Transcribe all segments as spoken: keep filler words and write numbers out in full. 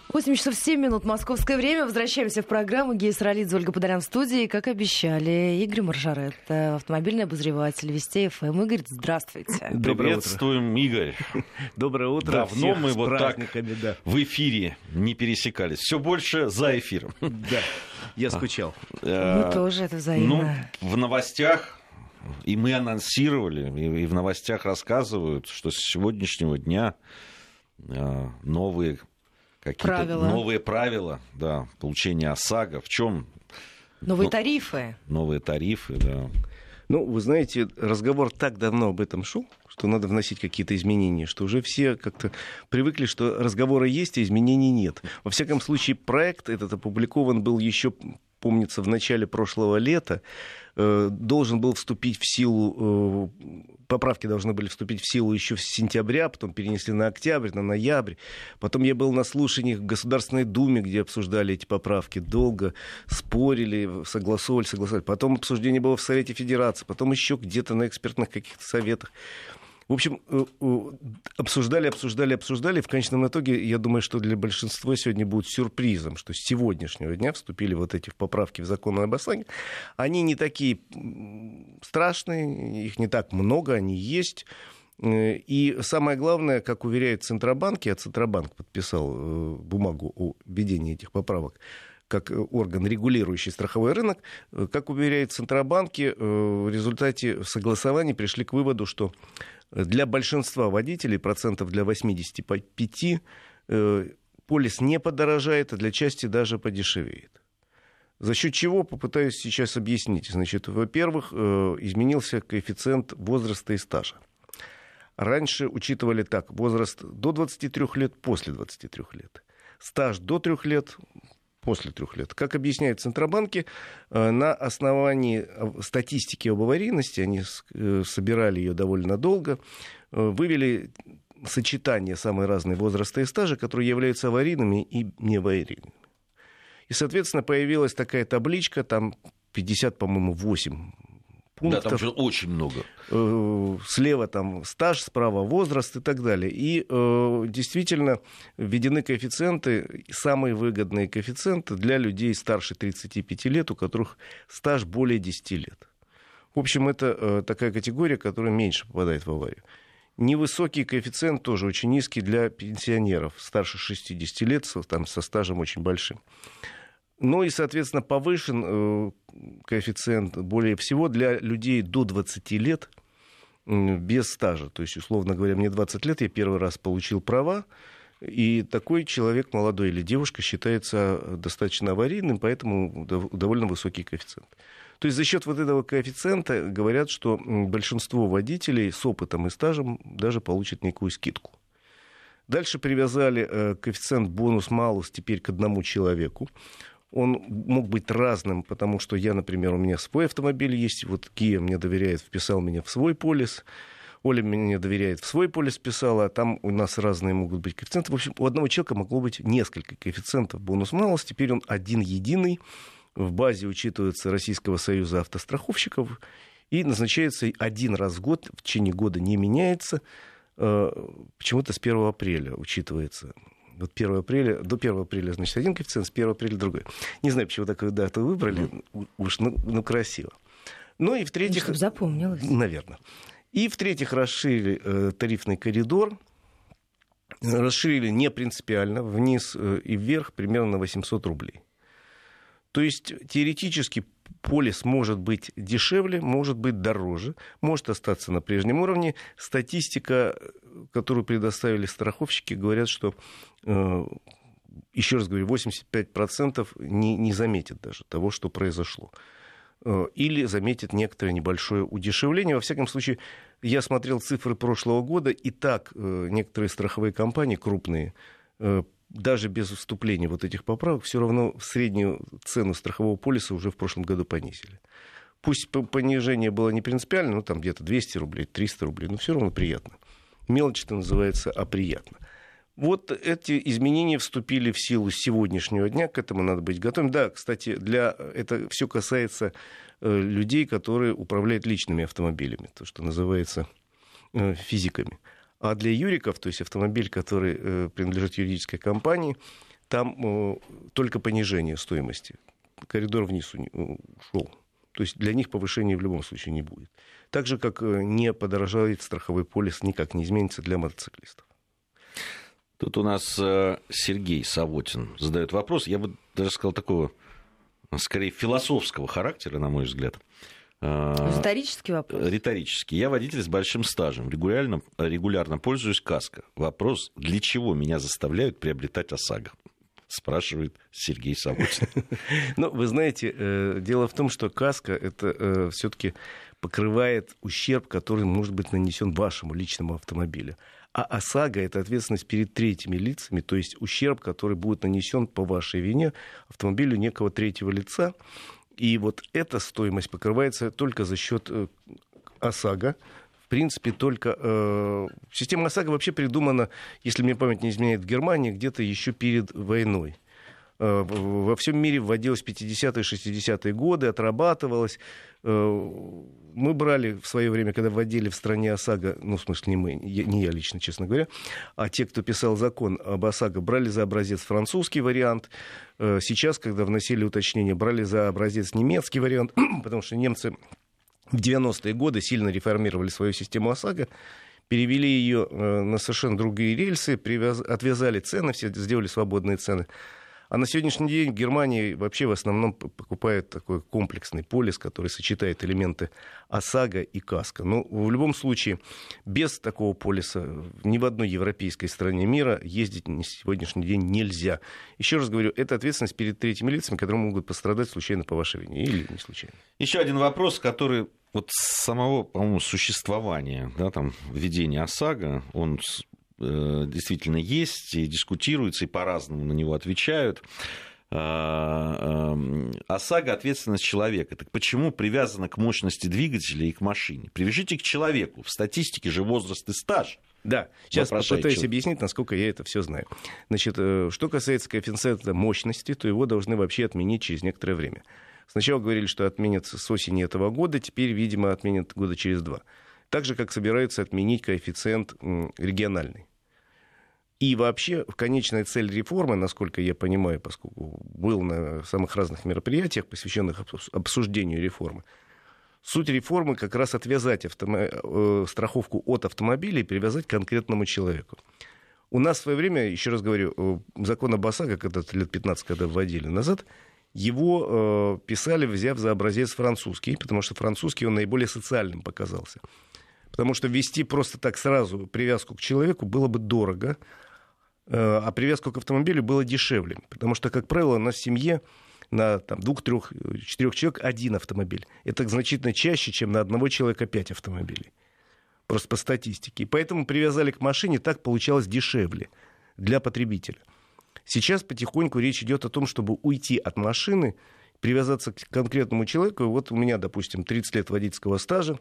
восемь часов семь минут московское время. Возвращаемся в программу. Гея Саралидзе, Ольга Подолян в студии. Как обещали, Игорь Маржарет, автомобильный обозреватель Вести эф эм. Игорь, здравствуйте. Приветствуем, Игорь. Доброе утро. Давно мы вот так да. в эфире не пересекались. Все больше за эфиром. Да, я скучал. Мы тоже, это взаимно. Ну, в новостях, и мы анонсировали, и в новостях рассказывают, что с сегодняшнего дня новые какие-то правила. новые правила, да, получения ОСАГО. В чем? Новые ну, тарифы. Новые тарифы, да. Ну, вы знаете, разговор так давно об этом шел, что надо вносить какие-то изменения, что уже все как-то привыкли, что разговора есть, а изменений нет. Во всяком случае, проект этот опубликован был еще, помнится, в начале прошлого лета. Должен был вступить в силу, поправки должны были вступить в силу еще в сентябре, потом перенесли на октябрь, на ноябрь. Потом я был на слушаниях в Государственной Думе, где обсуждали эти поправки, долго спорили, согласовывали, согласовали. Потом обсуждение было в Совете Федерации, потом еще где-то на экспертных каких-то советах. В общем, обсуждали, обсуждали, обсуждали. В конечном итоге, я думаю, что для большинства сегодня будет сюрпризом, что с сегодняшнего дня вступили вот эти поправки в закон об ОСАГО. Они не такие страшные, их не так много, они есть. И самое главное, как уверяет Центробанк, я Центробанк подписал бумагу о введении этих поправок, как орган, регулирующий страховой рынок, как уверяет Центробанк, в результате согласований пришли к выводу, что для большинства водителей, процентов для восемьдесят пять, полис не подорожает, а для части даже подешевеет. За счет чего, попытаюсь сейчас объяснить. Значит, во-первых, изменился коэффициент возраста и стажа. Раньше учитывали так: возраст до двадцати трёх лет, после двадцати трёх лет. Стаж до трёх лет, после трех лет. Как объясняют в Центробанке, на основании статистики об аварийности, они собирали ее довольно долго, вывели сочетание самые разные возраста и стажа, которые являются аварийными и неаварийными. И, соответственно, появилась такая табличка, там пятьдесят, по-моему, восемь пунктов. Да, там же очень много. Слева там стаж, справа возраст и так далее. И э, действительно введены коэффициенты, самые выгодные коэффициенты для людей старше тридцати пяти лет, у которых стаж более десяти лет. В общем, это э, такая категория, которая меньше попадает в аварию. Невысокий коэффициент, тоже очень низкий для пенсионеров старше шестидесяти лет, там, со стажем очень большим. Ну и, соответственно, повышен э, коэффициент более всего для людей до двадцати лет э, без стажа. То есть, условно говоря, мне двадцать лет, я первый раз получил права, и такой человек, молодой или девушка, считается достаточно аварийным, поэтому довольно высокий коэффициент. То есть за счет вот этого коэффициента говорят, что большинство водителей с опытом и стажем даже получат некую скидку. Дальше привязали э, коэффициент бонус-малус теперь к одному человеку. Он мог быть разным, потому что я, например, у меня свой автомобиль есть, вот Kia мне доверяет, вписал меня в свой полис, Оля мне доверяет, в свой полис вписала, а там у нас разные могут быть коэффициенты. В общем, у одного человека могло быть несколько коэффициентов бонус-малус, теперь он один единый, в базе учитывается Российского союза автостраховщиков и назначается один раз в год, в течение года не меняется, почему-то с первого апреля учитывается. Вот первого апреля, до первого апреля, значит, один коэффициент, с первого апреля другой. Не знаю, почему такую дату выбрали, mm. уж, ну, ну, красиво. Ну и в-третьих... Чтобы запомнилось. Наверное. И в-третьих, расширили э, тарифный коридор, расширили не принципиально, вниз э, и вверх примерно на восемьсот рублей. То есть теоретически полис может быть дешевле, может быть дороже, может остаться на прежнем уровне. Статистика, которую предоставили страховщики, говорят, что, э, еще раз говорю, восемьдесят пять процентов не, не заметят даже того, что произошло. Э, или заметят некоторое небольшое удешевление. Во всяком случае, я смотрел цифры прошлого года, и так э, некоторые страховые компании крупные, э, даже без вступления вот этих поправок, все равно среднюю цену страхового полиса уже в прошлом году понизили. Пусть понижение было не принципиально, ну там где-то двести рублей, триста рублей, но все равно приятно. Мелочь это называется, а приятно. Вот эти изменения вступили в силу с сегодняшнего дня, к этому надо быть готовым. Да, кстати, для... это все касается э, людей, которые управляют личными автомобилями, то, что называется э, физиками. А для юриков, то есть автомобиль, который э, принадлежит юридической компании, там э, только понижение стоимости. Коридор вниз ушел. То есть для них повышения в любом случае не будет. Так же, как не подорожает страховой полис, никак не изменится для мотоциклистов. Тут у нас э, Сергей Савотин задает вопрос. Я бы даже сказал такого, скорее, философского характера, на мой взгляд. Риторический вопрос. Риторический. Я водитель с большим стажем. Регулярно, регулярно пользуюсь каско. Вопрос, для чего меня заставляют приобретать ОСАГО? Спрашивает Сергей Савотин. Ну, вы знаете, дело в том, что каско это все-таки покрывает ущерб, который может быть нанесен вашему личному автомобилю. А ОСАГО — это ответственность перед третьими лицами, то есть ущерб, который будет нанесен по вашей вине автомобилю некого третьего лица. И вот эта стоимость покрывается только за счет ОСАГО. В принципе, только э, система ОСАГО вообще придумана, если мне память не изменяет, в Германии где-то еще перед войной. Э, во всем мире вводилась в пятидесятые, шестидесятые годы, отрабатывалась. Э, мы брали в свое время, когда вводили в стране ОСАГО, ну, в смысле, не мы, не я лично, честно говоря, а те, кто писал закон об ОСАГО, брали за образец французский вариант. Сейчас, когда вносили уточнения, брали за образец немецкий вариант, потому что немцы в девяностые годы сильно реформировали свою систему ОСАГО, перевели ее на совершенно другие рельсы, привяз... отвязали цены, все сделали свободные цены. А на сегодняшний день в Германии вообще в основном покупают такой комплексный полис, который сочетает элементы ОСАГО и каско. Но в любом случае без такого полиса ни в одной европейской стране мира ездить на сегодняшний день нельзя. Еще раз говорю, это ответственность перед третьими лицами, которые могут пострадать случайно по вашей вине или не случайно. Еще один вопрос, который вот с самого, по-моему, существования, да, там, введения ОСАГО, он действительно есть, и дискутируется, и по-разному на него отвечают. ОСАГО — ответственность человека. Так почему привязана к мощности двигателя и к машине? Привяжите к человеку. В статистике же возраст и стаж. Да, сейчас попытаюсь человек. объяснить, насколько я это все знаю. Значит, что касается коэффициента мощности, то его должны вообще отменить через некоторое время. Сначала говорили, что отменят с осени этого года, теперь, видимо, отменят года через два. Так же, как собираются отменить коэффициент региональный. И вообще, конечная цель реформы, насколько я понимаю, поскольку был на самых разных мероприятиях, посвященных обсуждению реформы, суть реформы как раз отвязать автомо... страховку от автомобиля и привязать к конкретному человеку. У нас в свое время, еще раз говорю, закон об ОСАГО, когда-то лет пятнадцать, когда вводили назад, его э, писали, взяв за образец французский, потому что французский он наиболее социальным показался. Потому что ввести просто так сразу привязку к человеку было бы дорого, а привязку к автомобилю было дешевле. Потому что, как правило, у нас в семье на там, двух, трех, четырех человек один автомобиль. Это значительно чаще, чем на одного человека пять автомобилей. Просто по статистике. И поэтому привязали к машине, так получалось дешевле для потребителя. Сейчас потихоньку речь идет о том, чтобы уйти от машины, привязаться к конкретному человеку. Вот у меня, допустим, тридцать лет водительского стажа,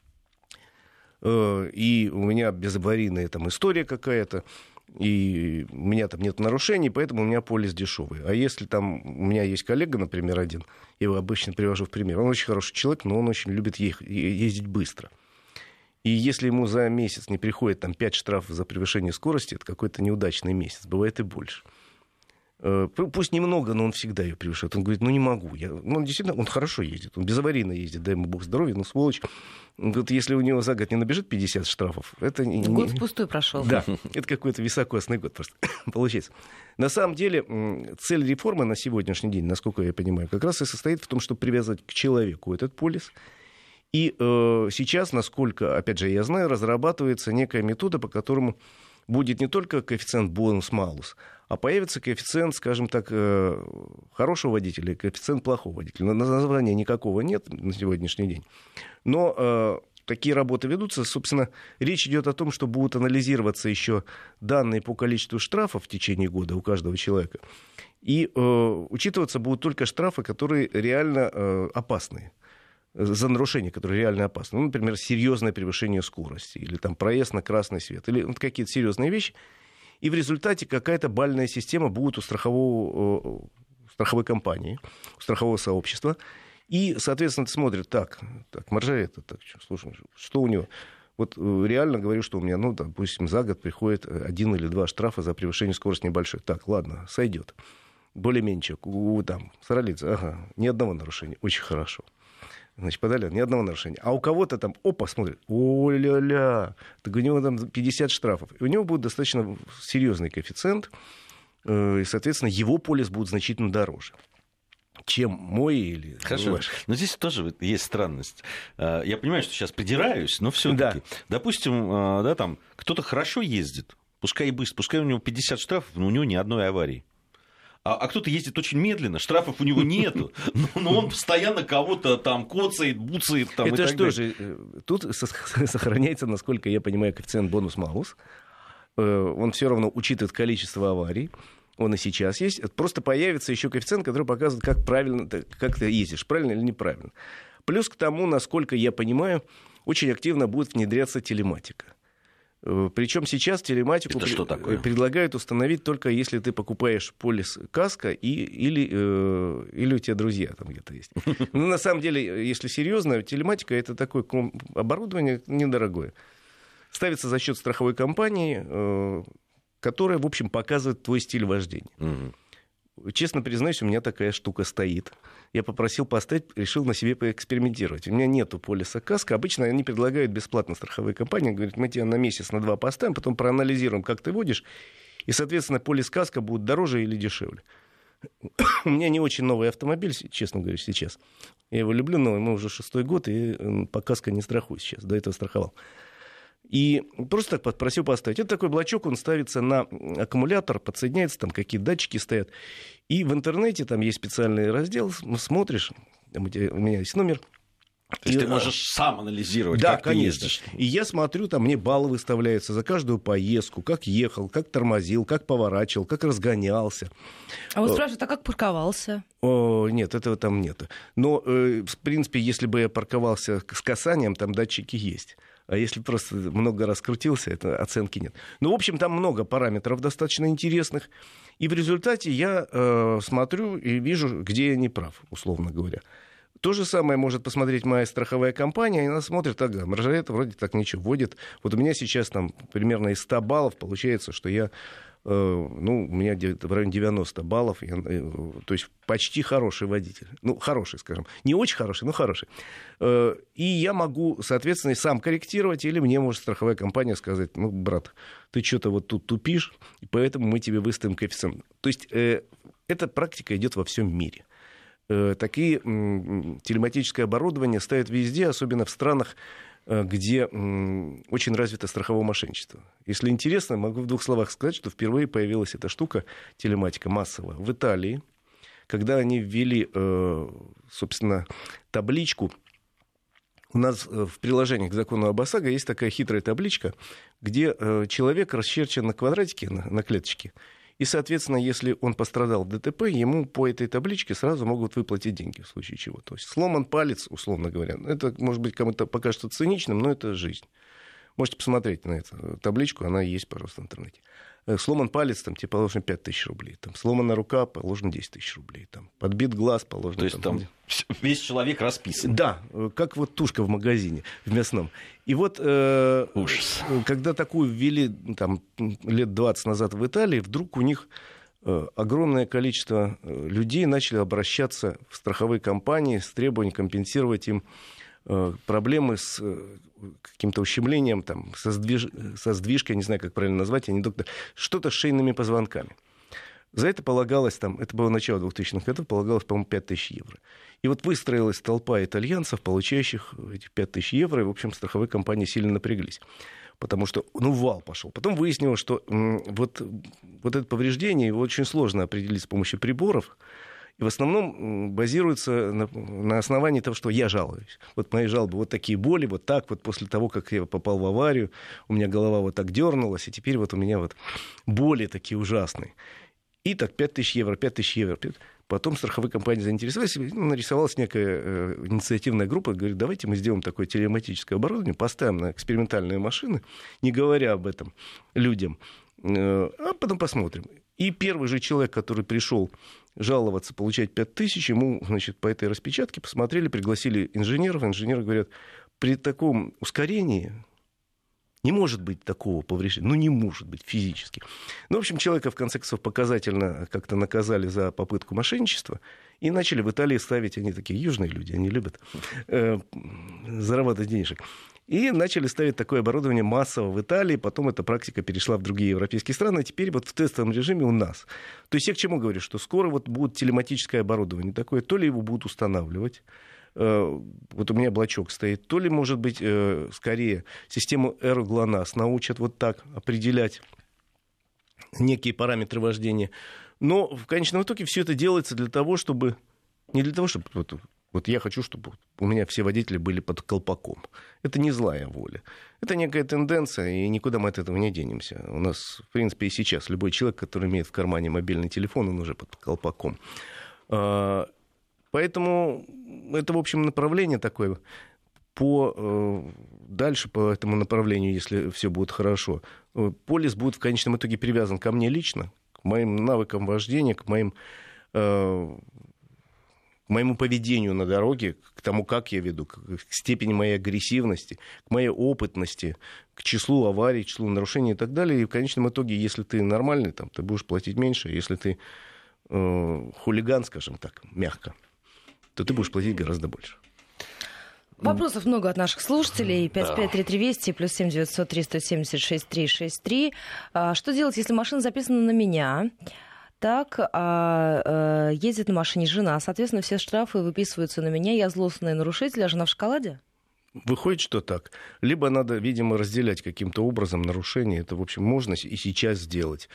и у меня безаварийная там история какая-то, и у меня там нет нарушений, поэтому у меня полис дешевый. А если там у меня есть коллега, например, один, я его обычно привожу в пример, он очень хороший человек, но он очень любит ехать, ездить быстро. И если ему за месяц не приходит там, пять штрафов за превышение скорости, это какой-то неудачный месяц, бывает и больше. Пусть немного, но он всегда ее превышает. Он говорит, ну не могу. Я... Ну, он действительно, он хорошо ездит, он безаварийно ездит, дай ему бог здоровья, ну сволочь. Вот если у него за год не набежит пятьдесят штрафов, это... Год впустую прошел. Да, это какой-то високосный год просто получается. На самом деле, цель реформы на сегодняшний день, насколько я понимаю, как раз и состоит в том, чтобы привязать к человеку этот полис. И э, сейчас, насколько, опять же, я знаю, разрабатывается некая метода, по которому будет не только коэффициент бонус-малус, а появится коэффициент, скажем так, хорошего водителя и коэффициент плохого водителя. Названия никакого нет на сегодняшний день. Но э, такие работы ведутся. Собственно, речь идет о том, что будут анализироваться еще данные по количеству штрафов в течение года у каждого человека. И э, учитываться будут только штрафы, которые реально э, опасные. За нарушения, которые реально опасны. Ну, например, серьезное превышение скорости, или там проезд на красный свет, или ну, какие-то серьезные вещи. И в результате какая-то бальная система будет у страхового, страховой компании, у страхового сообщества. И, соответственно, смотрят, так, так Маржарета, так, слушай, что у него? Вот реально говорю, что у меня, ну, допустим, за год приходит один или два штрафа за превышение скорости небольшой. Так, ладно, сойдет. Более-менее, у, там, Саралидзе, ага, ни одного нарушения, очень хорошо. Значит, подали, ни одного нарушения. А у кого-то там, опа, смотрит, о-ля-ля, так у него там пятьдесят штрафов. И у него будет достаточно серьезный коэффициент, и, соответственно, его полис будет значительно дороже, чем мой или Хорошо. ваш. Но здесь тоже есть странность. Я понимаю, что сейчас придираюсь, но все-таки, да. допустим, да, там кто-то хорошо ездит, пускай и быстро, пускай у него пятьдесят штрафов, но у него ни одной аварии. А, а кто-то ездит очень медленно, штрафов у него нету, но, но он постоянно кого-то там коцает, буцает. Там, это и так что далее. же, тут сохраняется, насколько я понимаю, коэффициент бонус-малус. Он все равно учитывает количество аварий. Он и сейчас есть. Просто появится еще коэффициент, который показывает, как правильно, как ты ездишь, правильно или неправильно. Плюс к тому, насколько я понимаю, очень активно будет внедряться телематика. Причем сейчас телематику при... предлагают установить только если ты покупаешь полис каско и... или, э... или у тебя друзья там где-то есть. Но на самом деле, если серьезно, телематика это такое оборудование недорогое. Ставится за счет страховой компании, э... которая, в общем, показывает твой стиль вождения. Угу. Честно признаюсь, у меня такая штука стоит. Я попросил поставить, решил на себе поэкспериментировать. У меня нету полиса каско. Обычно они предлагают бесплатно страховые компании. Говорят, мы тебя на месяц, на два поставим, потом проанализируем, как ты водишь. И, соответственно, полис каско будет дороже или дешевле. У меня не очень новый автомобиль, честно говоря, сейчас. Я его люблю, но ему уже шестой год, и по каско не страхую сейчас. До этого страховал. И просто так попросил поставить. Это такой блочок, он ставится на аккумулятор, подсоединяется, там какие-то датчики стоят. И в интернете там есть специальный раздел, смотришь, там у, тебя, у меня есть номер. То есть и, ты можешь а... сам анализировать, да, как конечно. ты ездишь. И я смотрю, там мне баллы выставляются за каждую поездку, как ехал, как тормозил, как поворачивал, как разгонялся. А вот спрашивают, а как парковался? О, нет, этого там нет. Но, э, в принципе, если бы я парковался с касанием, там датчики есть. А если просто много раз крутился, это оценки нет. Ну, в общем, там много параметров достаточно интересных. И в результате я э, смотрю и вижу, где я не прав, условно говоря. То же самое может посмотреть моя страховая компания, и она смотрит, ага, Маржарет вроде так ничего вводит. Вот у меня сейчас там примерно из ста баллов получается, что я, э, ну, у меня где-то в районе девяносто баллов, я, э, то есть почти хороший водитель. Ну, хороший, скажем. Не очень хороший, но хороший. Э, и я могу, соответственно, сам корректировать, или мне может страховая компания сказать, ну, брат, ты что-то вот тут тупишь, и поэтому мы тебе выставим коэффициент. То есть э, эта практика идет во всем мире. Такие телематическое оборудование ставят везде, особенно в странах, где очень развито страховое мошенничество. Если интересно, могу в двух словах сказать, что впервые появилась эта штука, телематика, массовая, в Италии, когда они ввели, собственно, табличку. У нас в приложении к закону об ОСАГО есть такая хитрая табличка, где человек расчерчен на квадратике, на клеточке. И, соответственно, если он пострадал в ДТП, ему по этой табличке сразу могут выплатить деньги в случае чего. То есть сломан палец, условно говоря. Это, может быть, кому-то покажется циничным, но это жизнь. Можете посмотреть на эту табличку, она есть, пожалуйста, в интернете. Сломан палец, там тебе положено пять тысяч рублей. Там, сломана рука, положено десять тысяч рублей. Там, подбит глаз, положено... То есть там, там весь человек расписан. Да, как вот тушка в магазине, в мясном. И вот, э, когда такую ввели там, лет двадцать назад в Италии, вдруг у них э, огромное количество людей начали обращаться в страховые компании с требованием компенсировать им э, проблемы с э, каким-то ущемлением, там, со, сдвиж... со сдвижкой, я не знаю, как правильно назвать, я не доктор, что-то с шейными позвонками. За это полагалось, там, это было начало двухтысячных годов, полагалось, по-моему, пять тысяч евро. И вот выстроилась толпа итальянцев, получающих эти пять тысяч евро, и, в общем, страховые компании сильно напряглись. Потому что, ну, вал пошел. Потом выяснилось, что м- вот, вот это повреждение его очень сложно определить с помощью приборов. И в основном базируется на, на основании того, что я жалуюсь. Вот мои жалобы, вот такие боли, вот так вот после того, как я попал в аварию, у меня голова вот так дернулась, и теперь вот у меня вот боли такие ужасные. И так пять тысяч евро, пять тысяч евро. Потом страховые компании заинтересовались, ну, нарисовалась некая э, инициативная группа, говорит, давайте мы сделаем такое телематическое оборудование, поставим на экспериментальные машины, не говоря об этом людям, э, а потом посмотрим. И первый же человек, который пришел жаловаться, получать пять тысяч, ему, значит, по этой распечатке посмотрели, пригласили инженеров, инженеры говорят, при таком ускорении Не может быть такого повреждения. Ну, не может быть физически. Ну, в общем, человека, в конце концов, показательно как-то наказали за попытку мошенничества. И начали в Италии ставить, они такие южные люди, они любят э, зарабатывать денежек. И начали ставить такое оборудование массово в Италии. Потом эта практика перешла в другие европейские страны. А теперь вот в тестовом режиме у нас. То есть я к чему говорю? Что скоро вот будет телематическое оборудование такое. То ли его будут устанавливать. Вот у меня блочок стоит. То ли, может быть, скорее систему ЭРО-ГЛОНАСС научат вот так определять некие параметры вождения. Но в конечном итоге все это делается для того, чтобы... Не для того, чтобы... Вот, вот я хочу, чтобы у меня все водители были под колпаком. Это не злая воля. Это некая тенденция, и никуда мы от этого не денемся. У нас, в принципе, и сейчас любой человек, который имеет в кармане мобильный телефон, он уже под колпаком. Поэтому это, в общем, направление такое. По, дальше по этому направлению, если все будет хорошо, полис будет в конечном итоге привязан ко мне лично, к моим навыкам вождения, к моим... к моему поведению на дороге, к тому, как я веду, к степени моей агрессивности, к моей опытности, к числу аварий, числу нарушений и так далее. И в конечном итоге, если ты нормальный, там, ты будешь платить меньше. Если ты э, хулиган, скажем так, мягко, то ты будешь платить гораздо больше. Вопросов много от наших слушателей. пять пять три три Вести, плюс семь девятьсот три сто семьдесят шесть три шесть три. Что делать, если машина записана на меня? Так, а, а, ездит на машине жена, соответственно, все штрафы выписываются на меня, я злостный нарушитель, а жена в шоколаде? Выходит, что так. Либо надо, видимо, разделять каким-то образом нарушения. Это, в общем, можно и сейчас сделать.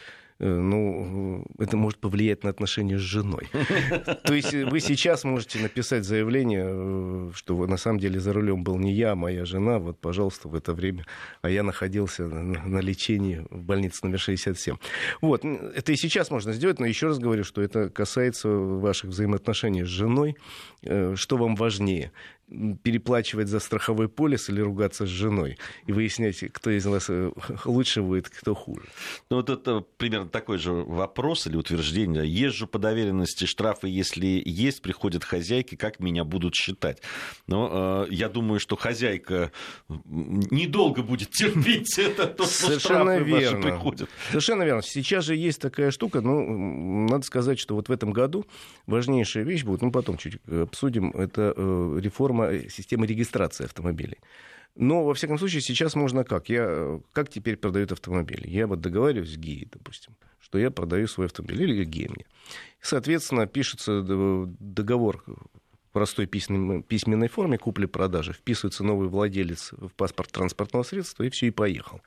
Ну, это может повлиять на отношения с женой. То есть вы сейчас можете написать заявление, что вы, на самом деле за рулем был не я, а моя жена, вот, пожалуйста, в это время, а я находился на, на лечении в больнице номер шестьдесят семь. Вот, это и сейчас можно сделать, но еще раз говорю, что это касается ваших взаимоотношений с женой. Что вам важнее? Переплачивать за страховой полис или ругаться с женой и выяснять, кто из вас лучше будет, кто хуже. Ну, вот это примерно такой же вопрос или утверждение. Езжу по доверенности, штрафы, если есть, приходят хозяйки, как меня будут считать? Но э, я думаю, что хозяйка недолго будет терпеть это, то, что штрафы ваши приходят. Совершенно верно. Сейчас же есть такая штука, ну, надо сказать, что вот в этом году важнейшая вещь будет, ну, потом чуть обсудим, это э, реформа системы регистрации автомобилей. Но, во всяком случае, сейчас можно как? Я, как теперь продают автомобили? Я вот договариваюсь с ГИИ, допустим, что я продаю свой автомобиль, или ГИИ мне. Соответственно, пишется договор в простой письменной, письменной форме купли-продажи, вписывается новый владелец в паспорт транспортного средства, и все, и поехал.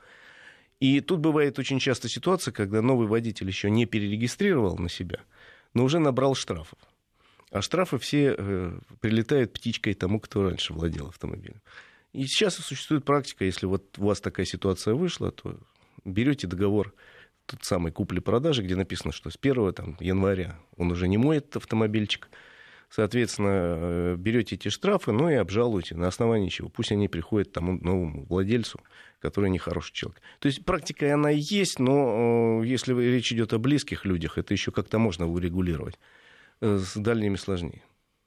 И тут бывает очень часто ситуация, когда новый водитель еще не перерегистрировал на себя, но уже набрал штрафов. А штрафы все э, прилетают птичкой тому, кто раньше владел автомобилем. И сейчас существует практика, если вот у вас такая ситуация вышла, то берете договор тот самый купли-продажи, где написано, что с первого там, января он уже не мой этот автомобильчик. Соответственно, берете эти штрафы, ну и обжалуете, на основании чего. Пусть они приходят тому новому владельцу, который нехороший человек. То есть практика она есть, но если речь идет о близких людях, это еще как-то можно урегулировать. С дальними сложнее.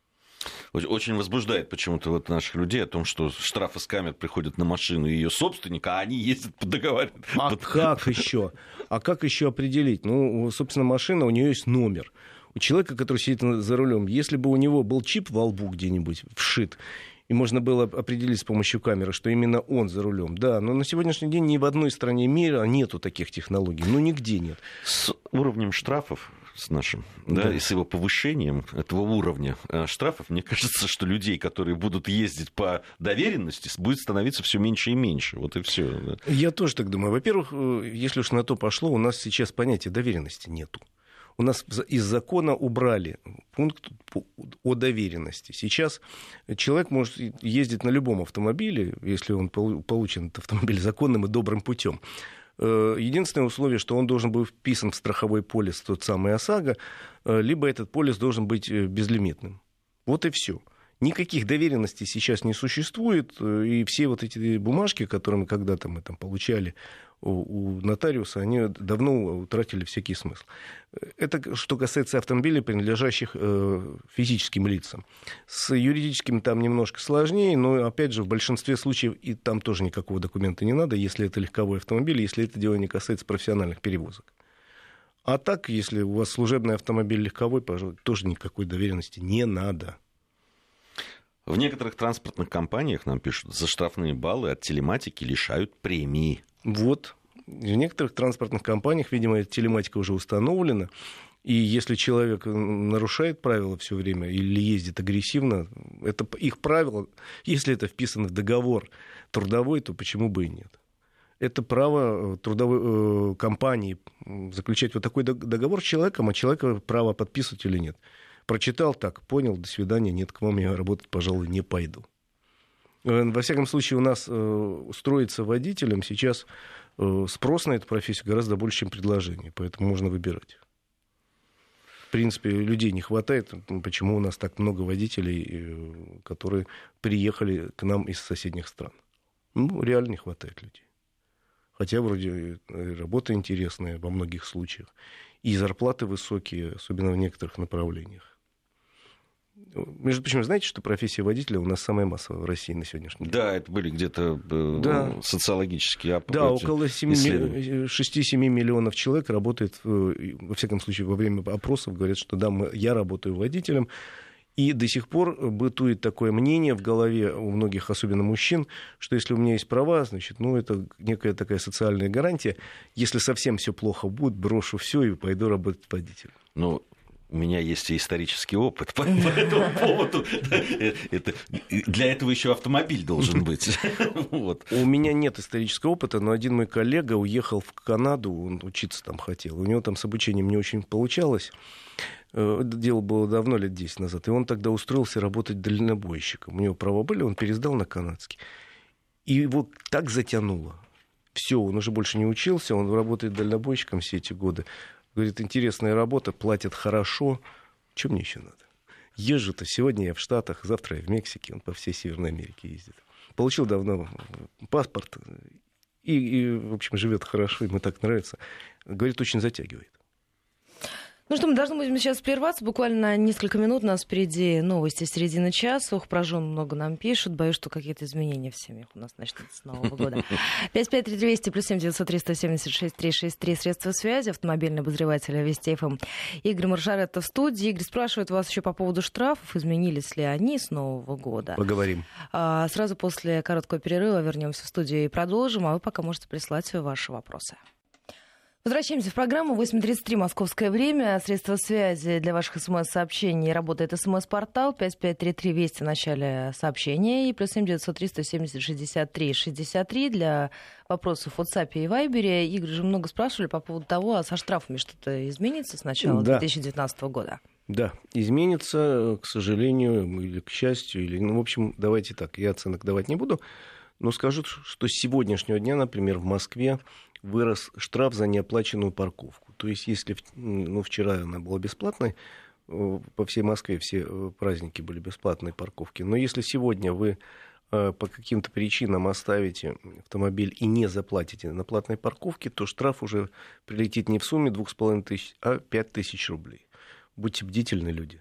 Очень возбуждает почему-то вот наших людей о том, что штрафы с камер приходят на машину ее собственника, а они ездят по договору. А под... как еще? А как еще определить? Ну, собственно, машина, у нее есть номер. У человека, который сидит за рулем, если бы у него был чип во лбу где-нибудь вшит, и можно было определить с помощью камеры, что именно он за рулем. Да, но на сегодняшний день ни в одной стране мира нету таких технологий. Ну, нигде нет. С уровнем штрафов с нашим, да, да, и с его повышением этого уровня штрафов, мне кажется, что людей, которые будут ездить по доверенности, будет становиться все меньше и меньше. Вот и все. Я тоже так думаю. Во-первых, если уж на то пошло, у нас сейчас понятия доверенности нету. У нас из закона убрали пункт о доверенности. Сейчас человек может ездить на любом автомобиле, если он получен этот автомобиль законным и добрым путем. Единственное условие, что он должен быть вписан в страховой полис, тот самый ОСАГО, либо этот полис должен быть безлимитным. Вот и все. Никаких доверенностей сейчас не существует, и все вот эти бумажки, которые мы когда-то мы там получали у, у нотариуса, они давно утратили всякий смысл. Это что касается автомобилей, принадлежащих э, физическим лицам. С юридическими там немножко сложнее, но, опять же, в большинстве случаев и там тоже никакого документа не надо, если это легковой автомобиль, если это дело не касается профессиональных перевозок. А так, если у вас служебный автомобиль легковой, пожалуй, тоже никакой доверенности не надо. В некоторых транспортных компаниях, нам пишут, за штрафные баллы от телематики лишают премии. Вот. В некоторых транспортных компаниях, видимо, эта телематика уже установлена. И если человек нарушает правила все время или ездит агрессивно, это их правило. Если это вписано в договор трудовой, то почему бы и нет? Это право трудовой э, компании заключать вот такой договор с человеком, а человека право подписывать или нет. Прочитал так, понял, до свидания, нет, к вам я работать, пожалуй, не пойду. Во всяком случае, у нас э, устроиться водителем сейчас э, спрос на эту профессию гораздо больше, чем предложение, поэтому можно выбирать. В принципе, людей не хватает, почему у нас так много водителей, э, которые приехали к нам из соседних стран. Ну, реально не хватает людей. Хотя вроде работа интересная во многих случаях, и зарплаты высокие, особенно в некоторых направлениях. Между прочим, знаете, что профессия водителя у нас самая массовая в России на сегодняшний день? Да, это были где-то да. социологические опросы. Да, около шесть-семь миллионов человек работает, во всяком случае, во время опросов говорят, что да, я работаю водителем. И до сих пор бытует такое мнение в голове у многих, особенно мужчин, что если у меня есть права, значит, ну, это некая такая социальная гарантия. Если совсем все плохо будет, брошу все и пойду работать водителем. Ну, у меня есть и исторический опыт по, по этому поводу. Это, для этого еще автомобиль должен быть. Вот. У меня нет исторического опыта, но один мой коллега уехал в Канаду, он учиться там хотел. У него там с обучением не очень получалось. Это дело было давно, лет десять назад. И он тогда устроился работать дальнобойщиком. У него права были, он пересдал на канадский. И его так затянуло. Все, он уже больше не учился, он работает дальнобойщиком все эти годы. Говорит, интересная работа, платят хорошо. Что мне еще надо? Езжу-то, сегодня я в Штатах, завтра я в Мексике, он по всей Северной Америке ездит. Получил давно паспорт и, и в общем, живет хорошо, ему так нравится. Говорит, очень затягивает. Ну что, мы должны будем сейчас прерваться. Буквально на несколько минут. У нас впереди новости середины часа. Ох, про жен много нам пишут. Боюсь, что какие-то изменения в семьях у нас начнутся с Нового года. пять пять три двести плюс семь девятьсот три сто семьдесят шесть три шесть три. Средства связи. Автомобильный обозреватель Вести ФМ. Игорь Маржаретта в студии. Игорь спрашивает вас еще по поводу штрафов. Изменились ли они с Нового года? Поговорим. А, сразу после короткого перерыва вернемся в студию и продолжим. А вы пока можете прислать ваши вопросы. Возвращаемся в программу. восемь тридцать три московское время. Средства связи для ваших смс-сообщений. Работает смс-портал пять пять три три Вести в начале сообщения. И плюс семь девятьсот три сто семьдесят шестьдесят три шестьдесят три для вопросов в WhatsApp и Viber. Игорь же много спрашивали по поводу того, а со штрафами что-то изменится с начала да. две тысячи девятнадцатого года? Да, изменится, к сожалению, или к счастью. Или, ну, в общем, давайте так, я оценок давать не буду. Но скажу, что с сегодняшнего дня, например, в Москве вырос штраф за неоплаченную парковку. То есть, если ну, вчера она была бесплатной, по всей Москве все праздники были бесплатные парковки. Но если сегодня вы по каким-то причинам оставите автомобиль и не заплатите на платной парковке, то штраф уже прилетит не в сумме две с половиной тысячи, а пять тысяч рублей. Будьте бдительны, люди.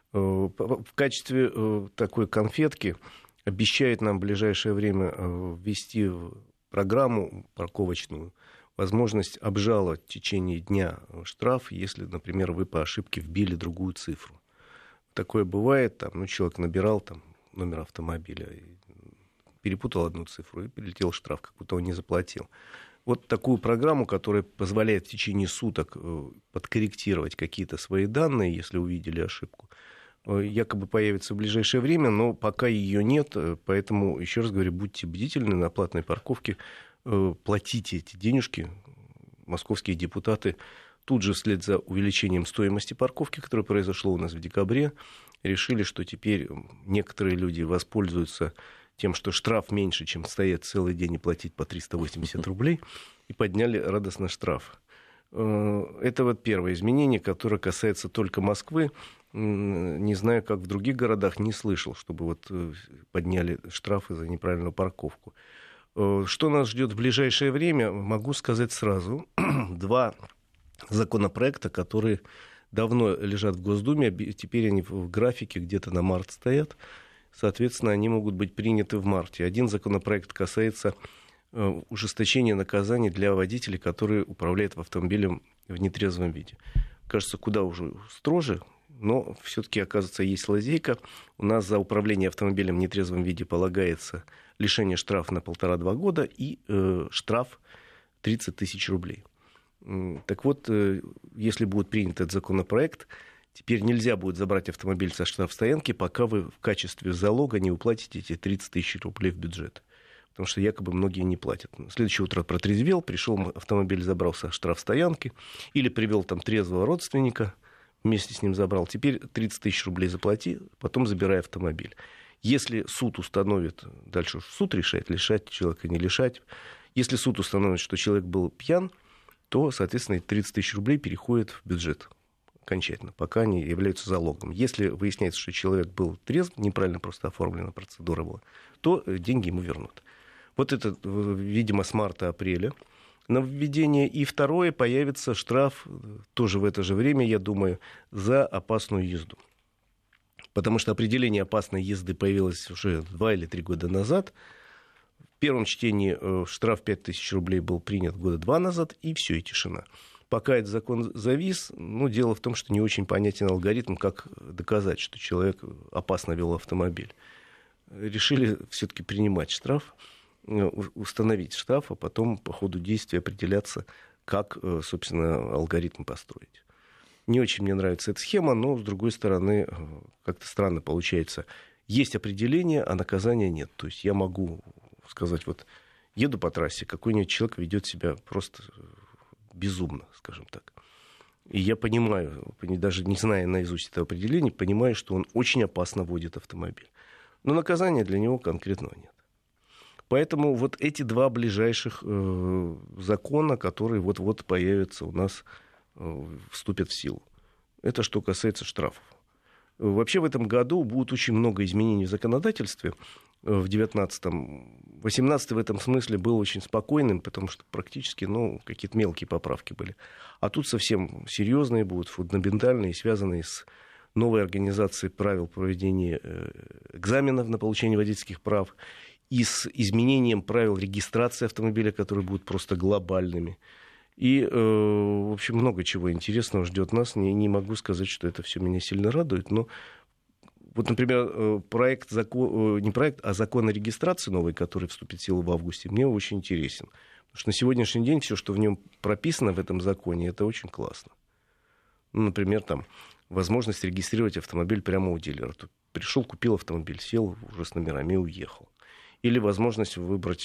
В качестве такой конфетки обещает нам в ближайшее время ввести программу парковочную, возможность обжаловать в течение дня штраф, если, например, вы по ошибке вбили другую цифру. Такое бывает, там, ну, человек набирал там, номер автомобиля, перепутал одну цифру и прилетел штраф, как будто он не заплатил. Вот такую программу, которая позволяет в течение суток подкорректировать какие-то свои данные, если увидели ошибку, якобы появится в ближайшее время, но пока ее нет, поэтому, еще раз говорю, будьте бдительны на платной парковке, платите эти денежки. Московские депутаты тут же вслед за увеличением стоимости парковки, которое произошло у нас в декабре, решили, что теперь некоторые люди воспользуются тем, что штраф меньше, чем стоять целый день и платить по триста восемьдесят рублей, и подняли радостно штраф. Это вот первое изменение, которое касается только Москвы. Не знаю, как в других городах, не слышал, чтобы вот подняли штрафы за неправильную парковку. Что нас ждет в ближайшее время, могу сказать сразу. Два законопроекта, которые давно лежат в Госдуме, теперь они в графике где-то на март стоят. Соответственно, они могут быть приняты в марте. Один законопроект касается ужесточения наказаний для водителей, которые управляют автомобилем в нетрезвом виде. Кажется, куда уже строже, но все-таки, оказывается, есть лазейка. У нас за управление автомобилем в нетрезвом виде полагается лишение штрафа на полтора-два года и э, штраф тридцать тысяч рублей. Так вот, э, если будет принят этот законопроект, теперь нельзя будет забрать автомобиль со штрафстоянки, пока вы в качестве залога не уплатите эти тридцать тысяч рублей в бюджет. Потому что якобы многие не платят. Следующее утро протрезвел, пришел, автомобиль забрал со штрафстоянки, или привел там трезвого родственника, вместе с ним забрал. Теперь тридцать тысяч рублей заплати, потом забирай автомобиль. Если суд установит, дальше уж суд решает, лишать человека, не лишать. Если суд установит, что человек был пьян, то, соответственно, тридцать тысяч рублей переходят в бюджет окончательно, пока они являются залогом. Если выясняется, что человек был трезв, неправильно просто оформлена процедура была, то деньги ему вернут. Вот это, видимо, с марта-апреля нововведение. И второе, появится штраф тоже в это же время, я думаю, за опасную езду. Потому что определение опасной езды появилось уже два или три года назад. В первом чтении штраф пять тысяч рублей был принят года два назад, и все, и тишина. Пока этот закон завис, ну, дело в том, что не очень понятен алгоритм, как доказать, что человек опасно вел автомобиль. Решили все-таки принимать штраф, установить штраф, а потом по ходу действия определяться, как, собственно, алгоритм построить. Не очень мне нравится эта схема, но, с другой стороны, как-то странно получается. Есть определение, а наказания нет. То есть я могу сказать, вот еду по трассе, какой-нибудь человек ведет себя просто безумно, скажем так. И я понимаю, даже не зная наизусть этого определения, понимаю, что он очень опасно водит автомобиль. Но наказания для него конкретного нет. Поэтому вот эти два ближайших э, закона, которые вот-вот появятся у нас, э, вступят в силу. Это что касается штрафов. Вообще в этом году будет очень много изменений в законодательстве. В девятнадцатом, восемнадцатый в этом смысле был очень спокойным, потому что практически, ну, какие-то мелкие поправки были. А тут совсем серьезные будут, фундаментальные, связанные с новой организацией правил проведения экзаменов на получение водительских прав и с изменением правил регистрации автомобиля, которые будут просто глобальными. И, э, в общем, много чего интересного ждет нас. Не, не могу сказать, что это все меня сильно радует, но вот, например, проект, закон, не проект, а закон о регистрации новый, который вступит в силу в августе, мне очень интересен. Потому что на сегодняшний день все, что в нем прописано в этом законе, это очень классно. Ну, например, там возможность регистрировать автомобиль прямо у дилера. Тут пришел, купил автомобиль, сел уже с номерами и уехал. Или возможность выбрать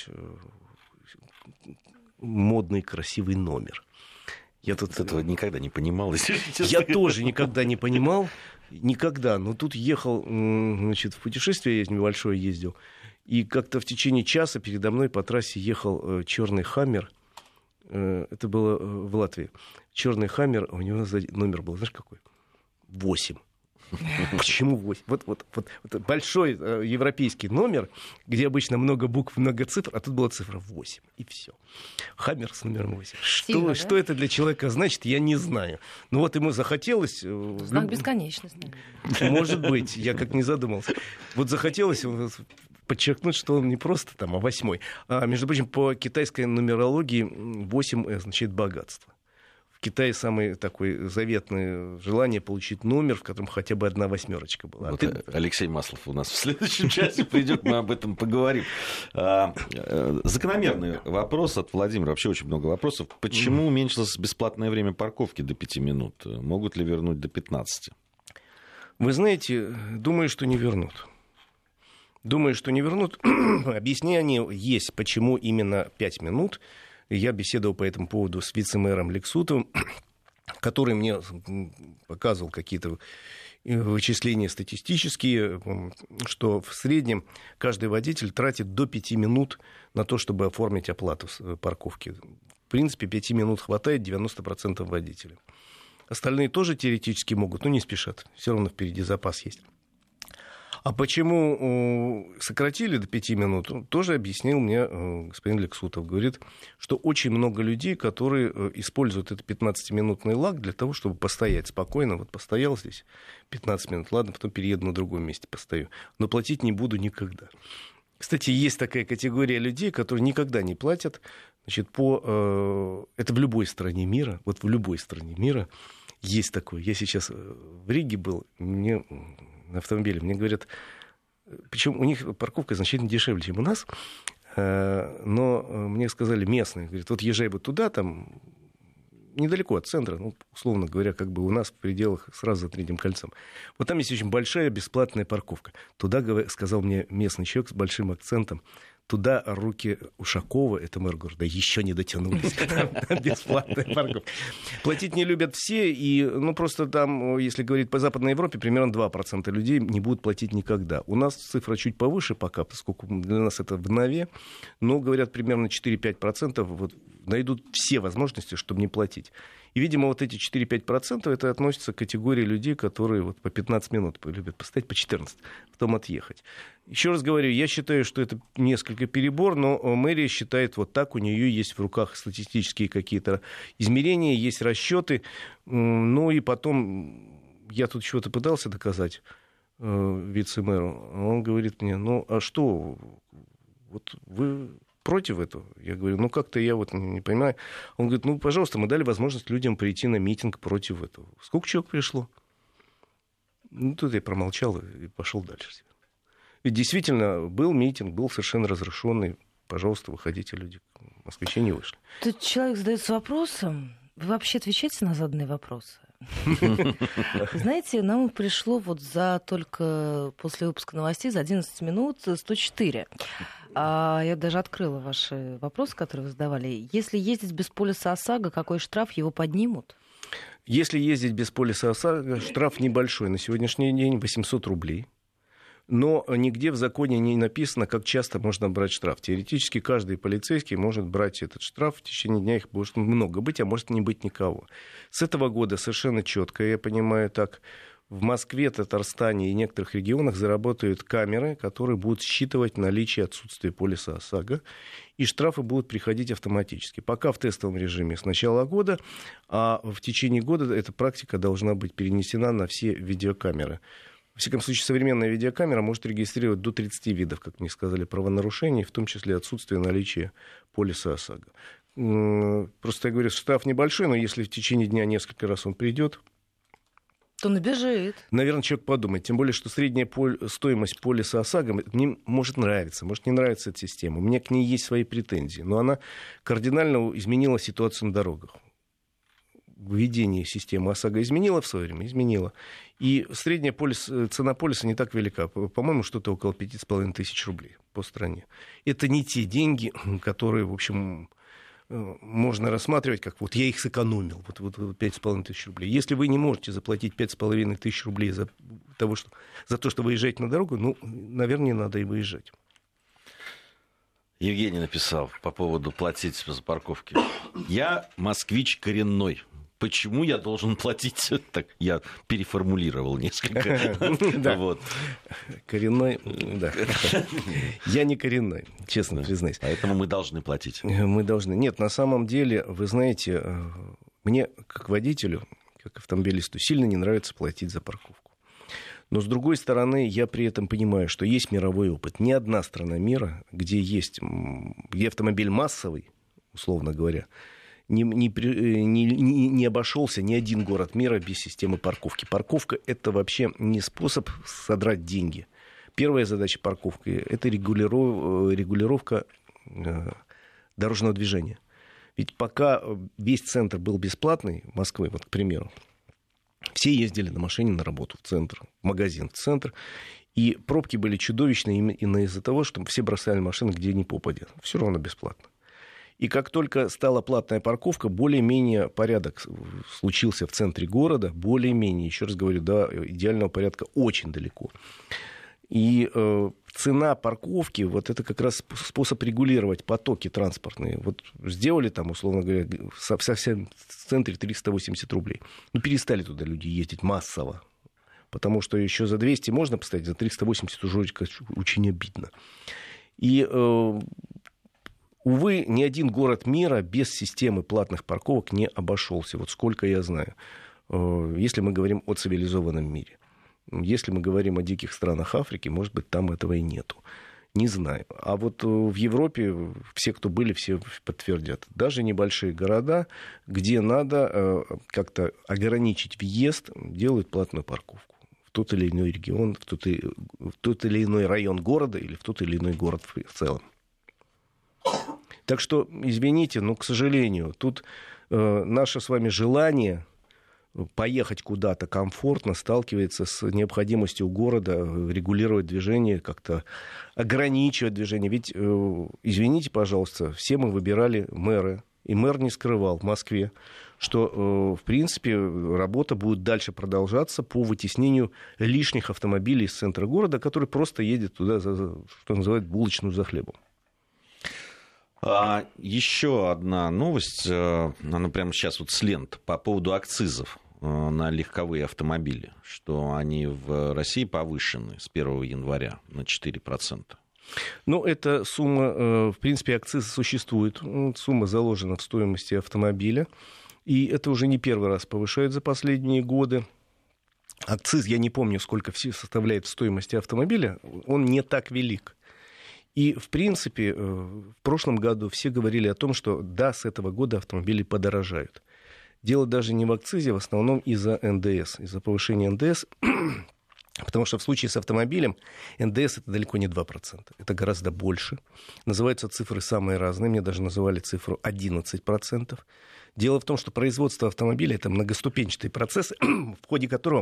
модный, красивый номер. Я тут этого никогда не понимал. Я тоже никогда не понимал. Никогда. Но тут ехал, значит, в путешествие я небольшое ездил. И как-то в течение часа передо мной по трассе ехал черный «Хаммер». Это было в Латвии. Черный «Хаммер», у него номер был, знаешь, какой? Восемь. Почему восемь? Вот, вот, вот, вот большой э, европейский номер, где обычно много букв, много цифр, а тут была цифра восемь, и все. «Хаммер» с номером восемь. Что, да? Что это для человека значит, я не знаю. Ну вот ему захотелось... Э, Знак люб... бесконечности. Может быть, я как не задумался. Вот захотелось подчеркнуть, что он не просто там, а восьмой. А, между прочим, по китайской нумерологии восемь означает богатство. В Китае самое такое заветное желание получить номер, в котором хотя бы одна восьмерочка была. Вот ты... Алексей Маслов у нас в следующем часе придет, мы об этом поговорим. Закономерный вопрос от Владимира. Вообще очень много вопросов. Почему уменьшилось бесплатное время парковки до пяти минут? Могут ли вернуть до пятнадцати? Вы знаете, думаю, что не вернут. Думаю, что не вернут. Объяснение есть, почему именно пять минут. Я беседовал по этому поводу с вице-мэром Лексутовым, который мне показывал какие-то вычисления статистические, что в среднем каждый водитель тратит до пяти минут на то, чтобы оформить оплату парковки. В принципе, пяти минут хватает девяносто процентов водителям. Остальные тоже теоретически могут, но не спешат. Все равно впереди запас есть. А почему сократили до пяти минут, тоже объяснил мне господин Лексутов. Говорит, что очень много людей, которые используют этот пятнадцатиминутный лаг для того, чтобы постоять спокойно. Вот постоял здесь пятнадцать минут, ладно, потом перееду на другом месте, постою. Но платить не буду никогда. Кстати, есть такая категория людей, которые никогда не платят. Значит, по, это в любой стране мира, вот в любой стране мира есть такое. Я сейчас в Риге был, мне... на автомобиле. Мне говорят, причем у них парковка значительно дешевле, чем у нас, но мне сказали местные, говорят, вот езжай вот туда, там недалеко от центра, ну, условно говоря, как бы у нас в пределах сразу за Третьим кольцом. Вот там есть очень большая бесплатная парковка. Туда, сказал мне местный человек с большим акцентом, туда руки Ушакова, это мэр города, еще не дотянулись. Бесплатная парковка. Платить не любят все, и, ну, просто там, если говорить по Западной Европе, примерно два процента людей не будут платить никогда. У нас цифра чуть повыше пока, поскольку для нас это в нове, но, говорят, примерно четыре-пять процентов вот, найдут все возможности, чтобы не платить. И, видимо, вот эти четыре-пять процентов это относится к категории людей, которые вот по пятнадцать минут любят постоять, по четырнадцать, потом отъехать. Еще раз говорю, я считаю, что это несколько перебор, но мэрия считает вот так, у нее есть в руках статистические какие-то измерения, есть расчеты. Ну и потом я тут чего-то пытался доказать вице-мэру. Он говорит мне, ну а что, вот вы... против этого. Я говорю, ну как-то я вот не понимаю. Он говорит, ну, пожалуйста, мы дали возможность людям прийти на митинг против этого. Сколько человек пришло? Ну, тут я промолчал и пошел дальше. Ведь действительно был митинг, был совершенно разрешенный. Пожалуйста, выходите, люди. Москвичи не вышли. Тут человек задается вопросом. Вы вообще отвечаете на заданные вопросы? Знаете, нам пришло вот за только после выпуска новостей за одиннадцать минут сто четыре. А я даже открыла ваши вопросы, которые вы задавали. Если ездить без полиса ОСАГО, какой штраф, его поднимут? Если ездить без полиса ОСАГО, штраф небольшой. На сегодняшний день восемьсот рублей. Но нигде в законе не написано, как часто можно брать штраф. Теоретически каждый полицейский может брать этот штраф. В течение дня их может много быть, а может не быть никого. С этого года совершенно четко, я понимаю так, в Москве, Татарстане и некоторых регионах заработают камеры, которые будут считывать наличие отсутствия полиса ОСАГО, и штрафы будут приходить автоматически. Пока в тестовом режиме с начала года, а в течение года эта практика должна быть перенесена на все видеокамеры. Во всяком случае, современная видеокамера может регистрировать до тридцати видов, как мне сказали, правонарушений, в том числе отсутствие наличия полиса ОСАГО. Просто я говорю, штраф небольшой, но если в течение дня несколько раз он придет, то набежит. Наверное, человек подумает. Тем более, что средняя поль... стоимость полиса ОСАГО мне может нравиться, может не нравится эта система. У меня к ней есть свои претензии, но она кардинально изменила ситуацию на дорогах. Введение системы ОСАГО изменила в свое время? Изменила. И средняя полис, цена полиса не так велика. По-моему, что-то около пяти с половиной тысяч рублей по стране. Это не те деньги, которые, в общем, можно рассматривать как вот я их сэкономил, вот, вот пять с половиной тысяч рублей. Если вы не можете заплатить пять с половиной тысяч рублей за, того, что, за то, что выезжаете на дорогу, ну, наверное, не надо и выезжать. Евгений написал по поводу платить за парковки. Я москвич коренной. Почему я должен платить? Так, я переформулировал несколько. Вот. Коренной, да. Я не коренной, честно признаюсь. Поэтому мы должны платить. Мы должны. Нет, на самом деле, вы знаете, мне, как водителю, как автомобилисту, сильно не нравится платить за парковку. Но, с другой стороны, я при этом понимаю, что есть мировой опыт. Ни одна страна мира, где есть, где автомобиль массовый, условно говоря, Не, не, не, не обошелся ни один город мира без системы парковки. Парковка — это вообще не способ содрать деньги. Первая задача парковки — это регулиров, регулировка дорожного движения. Ведь пока весь центр был бесплатный, Москвы, вот, к примеру, все ездили на машине на работу в центр, в магазин в центр, и пробки были чудовищные именно из-за того, что все бросали машины где ни попадя. Все равно бесплатно. И как только стала платная парковка, более-менее порядок случился в центре города, более-менее, еще раз говорю, до идеального порядка очень далеко. И э, цена парковки, вот это как раз способ регулировать потоки транспортные. Вот сделали там, условно говоря, совсем в центре триста восемьдесят рублей. Ну, перестали туда люди ездить массово. Потому что еще за двести можно поставить, за триста восемьдесят уже очень обидно. И, э, увы, ни один город мира без системы платных парковок не обошелся. Вот сколько я знаю. Э, если мы говорим о цивилизованном мире. Если мы говорим о диких странах Африки, может быть, там этого и нету. Не знаю. А вот в Европе все, кто были, все подтвердят. Даже небольшие города, где надо как-то ограничить въезд, делают платную парковку. В тот или иной регион, в тот, и, в тот или иной район города или в тот или иной город в целом. Так что, извините, но, к сожалению, тут э, наше с вами желание поехать куда-то комфортно сталкивается с необходимостью города регулировать движение, как-то ограничивать движение. Ведь, извините, пожалуйста, все мы выбирали мэра, и мэр не скрывал в Москве, что, в принципе, работа будет дальше продолжаться по вытеснению лишних автомобилей из центра города, которые просто едут туда, что называют, булочную за хлебом. А, еще одна новость, она прямо сейчас вот с лент по поводу акцизов на легковые автомобили, что они в России повышены с первого января на четыре процента. Ну, эта сумма, в принципе, акциз существует, сумма заложена в стоимости автомобиля, и это уже не первый раз повышают за последние годы. Акциз, я не помню, сколько составляет в стоимости автомобиля, он не так велик. И, в принципе, в прошлом году все говорили о том, что да, с этого года автомобили подорожают. Дело даже не в акцизе, в основном из-за эн дэ эс, из-за повышения эн дэ эс, потому что в случае с автомобилем эн дэ эс это далеко не два процента, это гораздо больше. Называются цифры самые разные, мне даже называли цифру одиннадцать процентов. Дело в том, что производство автомобиля это многоступенчатый процесс, в ходе которого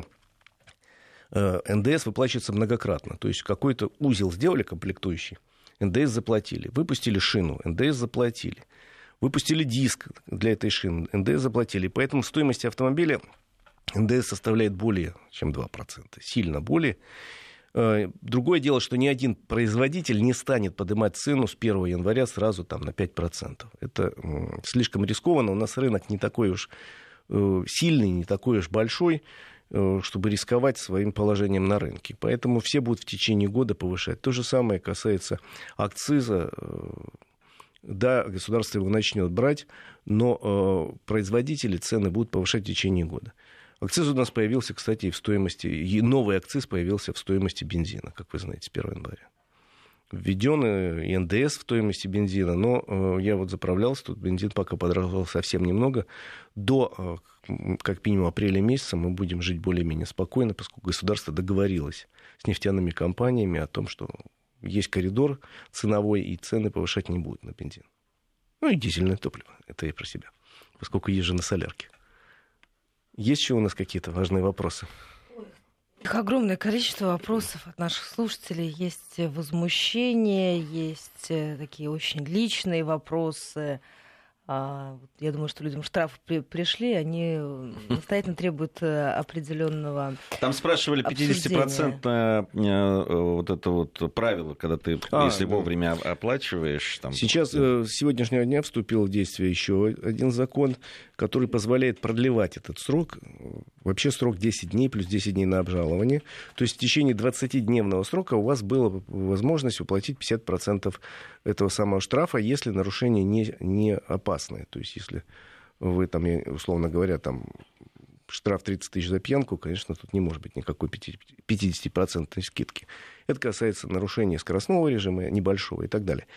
эн дэ эс выплачивается многократно. То есть какой-то узел сделали комплектующий, эн дэ эс заплатили, выпустили шину, эн дэ эс заплатили. Выпустили диск для этой шины, эн дэ эс заплатили. Поэтому в стоимости автомобиля эн дэ эс составляет более чем два процента. Сильно более. Другое дело, что ни один производитель не станет поднимать цену с первого января сразу там, на пять процентов. Это слишком рискованно. У нас рынок не такой уж сильный, не такой уж большой, чтобы рисковать своим положением на рынке. Поэтому все будут в течение года повышать. То же самое касается акциза. Да, государство его начнет брать, но э, производители цены будут повышать в течение года. Акциз у нас появился, кстати, и в стоимости, и новый акциз появился в стоимости бензина, как вы знаете, с первого января. Введен и эн дэ эс в стоимости бензина, но э, я вот заправлялся, тут бензин пока подорожал совсем немного. До, э, как минимум, апреля месяца мы будем жить более-менее спокойно, поскольку государство договорилось с нефтяными компаниями о том, что есть коридор ценовой, и цены повышать не будут на бензин. Ну и дизельное топливо. Это я про себя. Поскольку езжу на солярке. Есть еще у нас какие-то важные вопросы? Их огромное количество вопросов от наших слушателей. Есть возмущение, есть такие очень личные вопросы. Я думаю, что людям штрафы при, пришли, они настоятельно требуют определенного. Там спрашивали пятидесятипроцентное вот это вот правило, когда ты, а, если вовремя оплачиваешь. Там... Сейчас, с сегодняшнего дня вступил в действие еще один закон, который позволяет продлевать этот срок. Вообще срок десять дней плюс десять дней на обжалование. То есть в течение двадцатидневного срока у вас была возможность уплатить пятьдесят процентов этого самого штрафа, если нарушение не, не опасное. То есть если вы, там, условно говоря, там, штраф тридцать тысяч за пьянку, конечно, тут не может быть никакой пятидесятипроцентной скидки. Это касается нарушения скоростного режима, небольшого и так далее.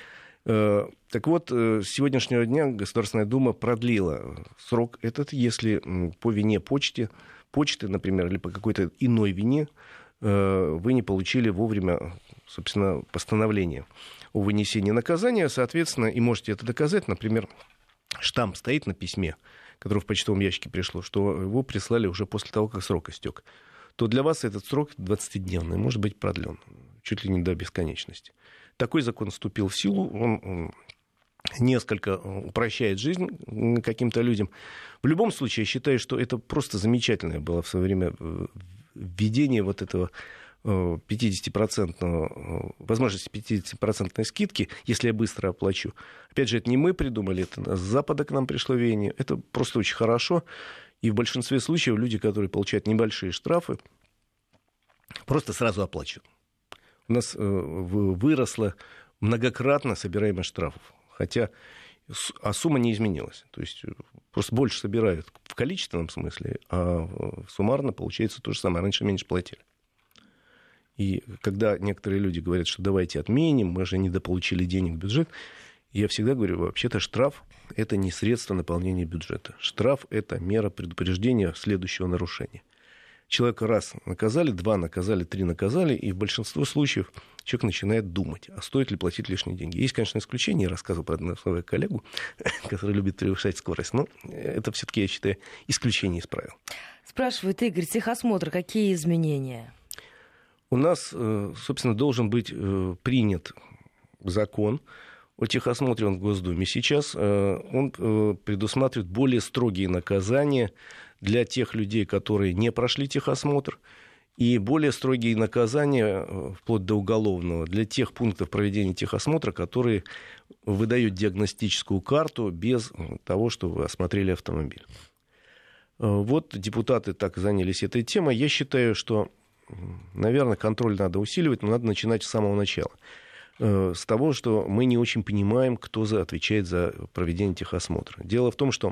Так вот, с сегодняшнего дня Государственная Дума продлила срок этот, если по вине почты, почты, например, или по какой-то иной вине вы не получили вовремя, собственно, постановление о вынесении наказания, соответственно, и можете это доказать, например, штамп стоит на письме, которое в почтовом ящике пришло, что его прислали уже после того, как срок истек, то для вас этот срок двадцатидневный может быть продлен чуть ли не до бесконечности. Такой закон вступил в силу, он, он несколько упрощает жизнь каким-то людям. В любом случае, я считаю, что это просто замечательное было в свое время введение вот этого пятьдесят процентов, возможности пятьдесят процентов скидки, если я быстро оплачу. Опять же, это не мы придумали, это с Запада к нам пришло веяние. Это просто очень хорошо. И в большинстве случаев люди, которые получают небольшие штрафы, просто сразу оплачивают. У нас выросла многократно собираемость штрафов. Хотя а сумма не изменилась. То есть просто больше собирают в количественном смысле, а суммарно получается то же самое. Раньше меньше платили. И когда некоторые люди говорят, что давайте отменим, мы же недополучили денег в бюджет, я всегда говорю, вообще-то штраф – это не средство наполнения бюджета. Штраф – это мера предупреждения следующего нарушения. Человека раз наказали, два наказали, три наказали, и в большинстве случаев человек начинает думать, а стоит ли платить лишние деньги. Есть, конечно, исключения, я рассказывал про одного своего коллегу, который любит превышать скорость, но это все-таки, я считаю, исключение из правил. Спрашивает Игорь, техосмотр, какие изменения? У нас, собственно, должен быть принят закон о техосмотре, он в Госдуме сейчас. Он предусматривает более строгие наказания для тех людей, которые не прошли техосмотр, и более строгие наказания, вплоть до уголовного, для тех пунктов проведения техосмотра, которые выдают диагностическую карту без того, чтобы осмотрели автомобиль. Вот депутаты так занялись этой темой. Я считаю, что, наверное, контроль надо усиливать, но надо начинать с самого начала. С того, что мы не очень понимаем, кто отвечает за проведение техосмотра. Дело в том, что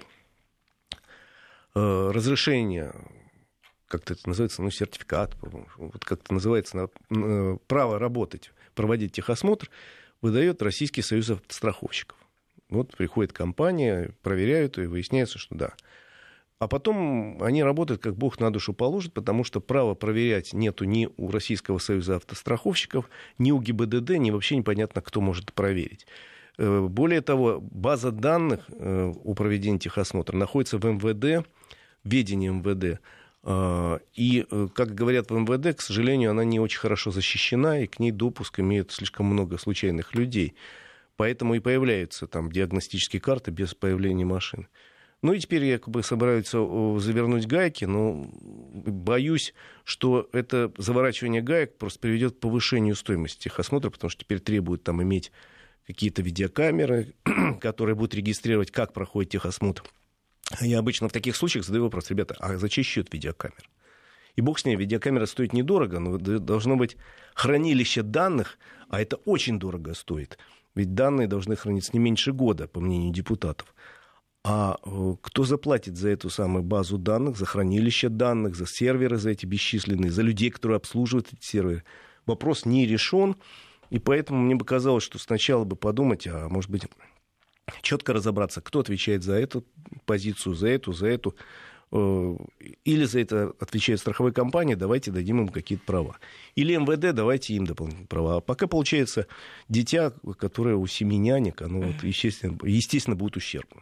разрешение, как-то это называется, ну, сертификат, вот как-то называется, право работать, проводить техосмотр, выдает Российский союз автостраховщиков. Вот приходит компания, проверяют, и выясняется, что да. А потом они работают, как Бог на душу положит, потому что права проверять нету ни у Российского союза автостраховщиков, ни у ГИБДД, ни вообще непонятно, кто может проверить. Более того, база данных о проведении техосмотра находится в эм вэ дэ, в ведении эм вэ дэ. И, как говорят в эм вэ дэ, к сожалению, она не очень хорошо защищена, и к ней допуск имеют слишком много случайных людей. Поэтому и появляются там диагностические карты без появления машин. Ну и теперь якобы собираются завернуть гайки, но боюсь, что это заворачивание гаек просто приведет к повышению стоимости техосмотра, потому что теперь требуют там иметь какие-то видеокамеры, которые будут регистрировать, как проходит техосмотр. Я обычно в таких случаях задаю вопрос: ребята, а за чей счет видеокамер? И бог с ней, видеокамера стоит недорого, но должно быть хранилище данных, а это очень дорого стоит. Ведь данные должны храниться не меньше года, по мнению депутатов. А кто заплатит за эту самую базу данных, за хранилище данных, за серверы, за эти бесчисленные, за людей, которые обслуживают эти серверы? Вопрос не решен, и поэтому мне бы казалось, что сначала бы подумать, а может быть, четко разобраться, кто отвечает за эту позицию, за эту, за эту, или за это отвечает страховая компания, давайте дадим им какие-то права. Или эм вэ дэ, давайте им дополнительные права. А пока получается дитя, которое у семи нянек, оно, вот, естественно, естественно, будет ущербным.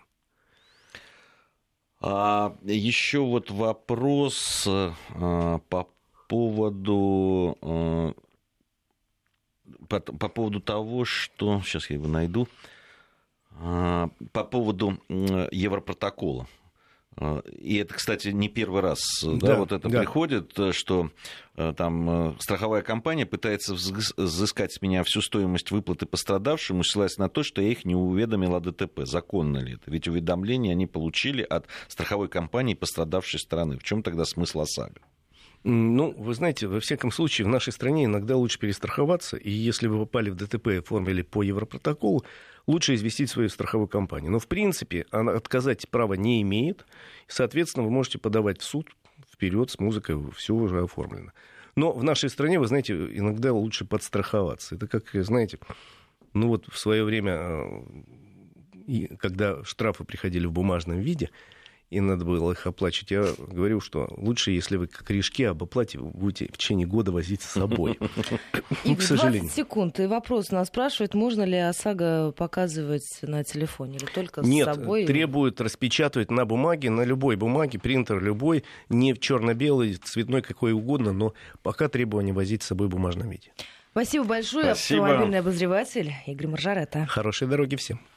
А еще вот вопрос а, по поводу а, по, по поводу того, что сейчас я его найду, а, по поводу Европротокола. И это, кстати, не первый раз, да, да, вот это да. приходит, что там страховая компания пытается взыскать с меня всю стоимость выплаты пострадавшему, ссылаясь на то, что я их не уведомил о дэ тэ пэ. Законно ли это? Ведь уведомления они получили от страховой компании пострадавшей стороны. В чем тогда смысл ОСАГО? Ну, вы знаете, во всяком случае, в нашей стране иногда лучше перестраховаться, и если вы попали в дэ тэ пэ и оформили по Европротоколу, лучше известить свою страховую компанию. Но, в принципе, она отказать права не имеет. Соответственно, вы можете подавать в суд вперед с музыкой, все уже оформлено. Но в нашей стране, вы знаете, иногда лучше подстраховаться. Это как, знаете, ну вот в свое время, когда штрафы приходили в бумажном виде, и надо было их оплачивать, я говорил, что лучше, если вы корешки об оплате будете в течение года возить с собой. Игорь, к сожалению. двадцать секунд. И вопрос нас спрашивает, можно ли ОСАГО показывать на телефоне или только с Нет, собой? Нет, требуют распечатывать на бумаге, на любой бумаге, принтер любой, не в черно-белый, цветной, какой угодно, но пока требование возить с собой в бумажном виде. Спасибо большое. Спасибо. Автомобильный обозреватель Игорь Маржарета. Хорошей дороги всем.